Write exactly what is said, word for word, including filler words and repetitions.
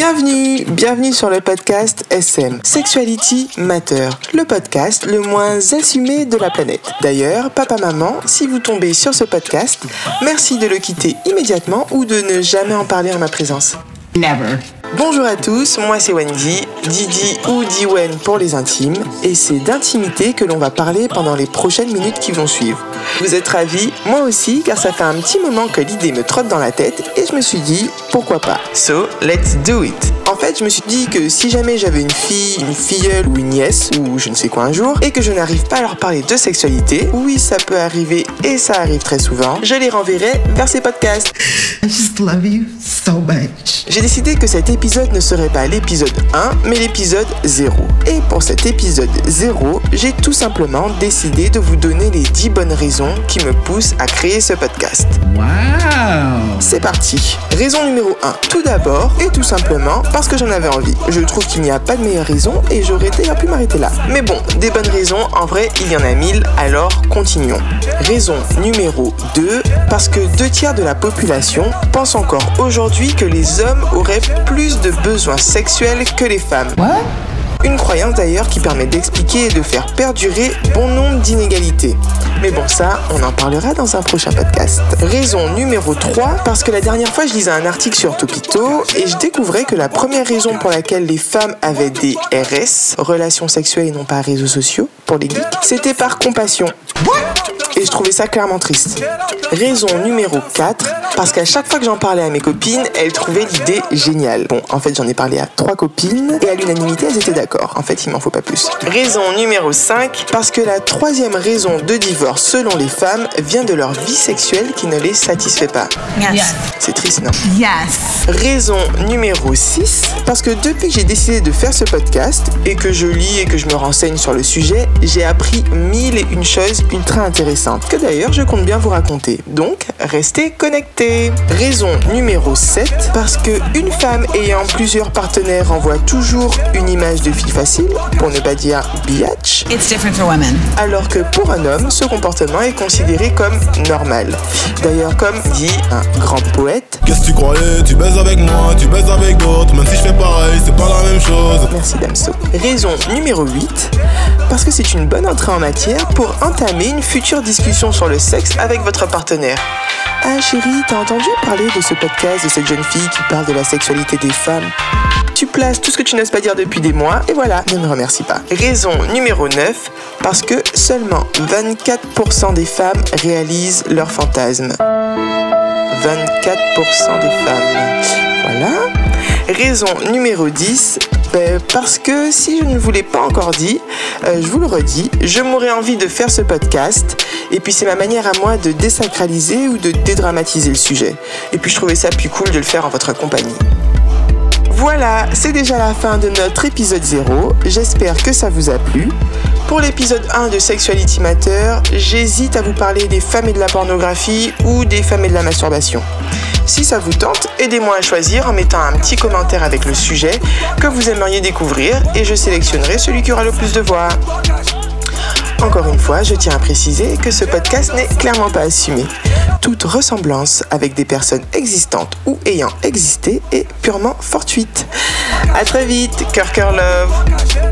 Bienvenue, bienvenue sur le podcast S M, Sexuality Matter, le podcast le moins assumé de la planète. D'ailleurs, papa, maman, si vous tombez sur ce podcast, merci de le quitter immédiatement ou de ne jamais en parler en ma présence. Never. Bonjour à tous, moi c'est Wendy, Didi ou Diwen pour les intimes, et c'est d'intimité que l'on va parler pendant les prochaines minutes qui vont suivre. Vous êtes ravis? Moi aussi, car ça fait un petit moment que l'idée me trotte dans la tête, et je me suis dit, pourquoi pas? So, let's do it! En fait, je me suis dit que si jamais j'avais une fille, une filleule ou une nièce, ou je ne sais quoi un jour, et que je n'arrive pas à leur parler de sexualité, oui ça peut arriver et ça arrive très souvent, je les renverrai vers ces podcasts. I just love you so much. J'ai décidé que cet épisode ne serait pas l'épisode un, mais l'épisode zéro. Et pour cet épisode zéro, j'ai tout simplement décidé de vous donner les dix bonnes raisons qui me poussent à créer ce podcast. Wow. C'est parti. Raison numéro un. Tout d'abord, et tout simplement, parce que j'en avais envie. Je trouve qu'il n'y a pas de meilleure raison et j'aurais déjà pu m'arrêter là. Mais bon, des bonnes raisons, en vrai, il y en a mille, alors continuons. Raison numéro deux. Parce que deux tiers de la population pensent encore aujourd'hui que les hommes auraient plus de besoins sexuels que les femmes. What? Une croyance d'ailleurs qui permet d'expliquer et de faire perdurer bon nombre d'inégalités. Mais bon, ça, on en parlera dans un prochain podcast. Raison numéro trois, parce que la dernière fois, je lisais un article sur Topito et je découvrais que la première raison pour laquelle les femmes avaient des R S, relations sexuelles et non pas réseaux sociaux, pour les geeks, c'était par compassion. Et je trouvais ça clairement triste. Raison numéro quatre, parce qu'à chaque fois que j'en parlais à mes copines, elles trouvaient l'idée géniale. Bon, en fait, j'en ai parlé à trois copines et à l'unanimité, elles étaient d'accord. En fait, il m'en faut pas plus. Raison numéro cinq, parce que la troisième raison de divorce selon les femmes vient de leur vie sexuelle qui ne les satisfait pas. Yes. C'est triste, non? Yes. Raison numéro six, parce que depuis que j'ai décidé de faire ce podcast et que je lis et que je me renseigne sur le sujet, j'ai appris mille et une choses ultra intéressantes que d'ailleurs je compte bien vous raconter. Donc, restez connectés. Raison numéro sept, parce que une femme ayant plusieurs partenaires envoie toujours une image de fille facile, pour ne pas dire biatch. It's different for women. Alors que pour un homme, ce comportement est considéré comme normal. D'ailleurs, comme dit un grand poète, qu'est-ce que tu croyais? Tu baises avec moi, tu baises avec d'autres, même si je fais pareil, c'est pas la même chose. Merci Damso. Raison numéro huit, parce que c'est une bonne entrée en matière pour entamer une future discussion sur le sexe avec votre partenaire. Ah chérie, t'as entendu parler de ce podcast de cette jeune fille qui parle de la sexualité des femmes? Tu places tout ce que tu n'oses pas dire depuis des mois et voilà, ne me remercie pas. Raison numéro neuf, parce que seulement vingt-quatre pour cent des femmes réalisent leurs fantasmes. vingt-quatre pour cent des femmes. Voilà. Raison numéro dix, euh, parce que si je ne vous l'ai pas encore dit, euh, je vous le redis, je m'aurais envie de faire ce podcast et puis c'est ma manière à moi de désacraliser ou de dédramatiser le sujet. Et puis je trouvais ça plus cool de le faire en votre compagnie. Voilà, c'est déjà la fin de notre épisode zéro, j'espère que ça vous a plu. Pour l'épisode un de Sexuality Matter, j'hésite à vous parler des femmes et de la pornographie ou des femmes et de la masturbation. Si ça vous tente, aidez-moi à choisir en mettant un petit commentaire avec le sujet que vous aimeriez découvrir et je sélectionnerai celui qui aura le plus de voix. Encore une fois, je tiens à préciser que ce podcast n'est clairement pas assumé. Toute ressemblance avec des personnes existantes ou ayant existé est purement fortuite. À très vite, cœur cœur love.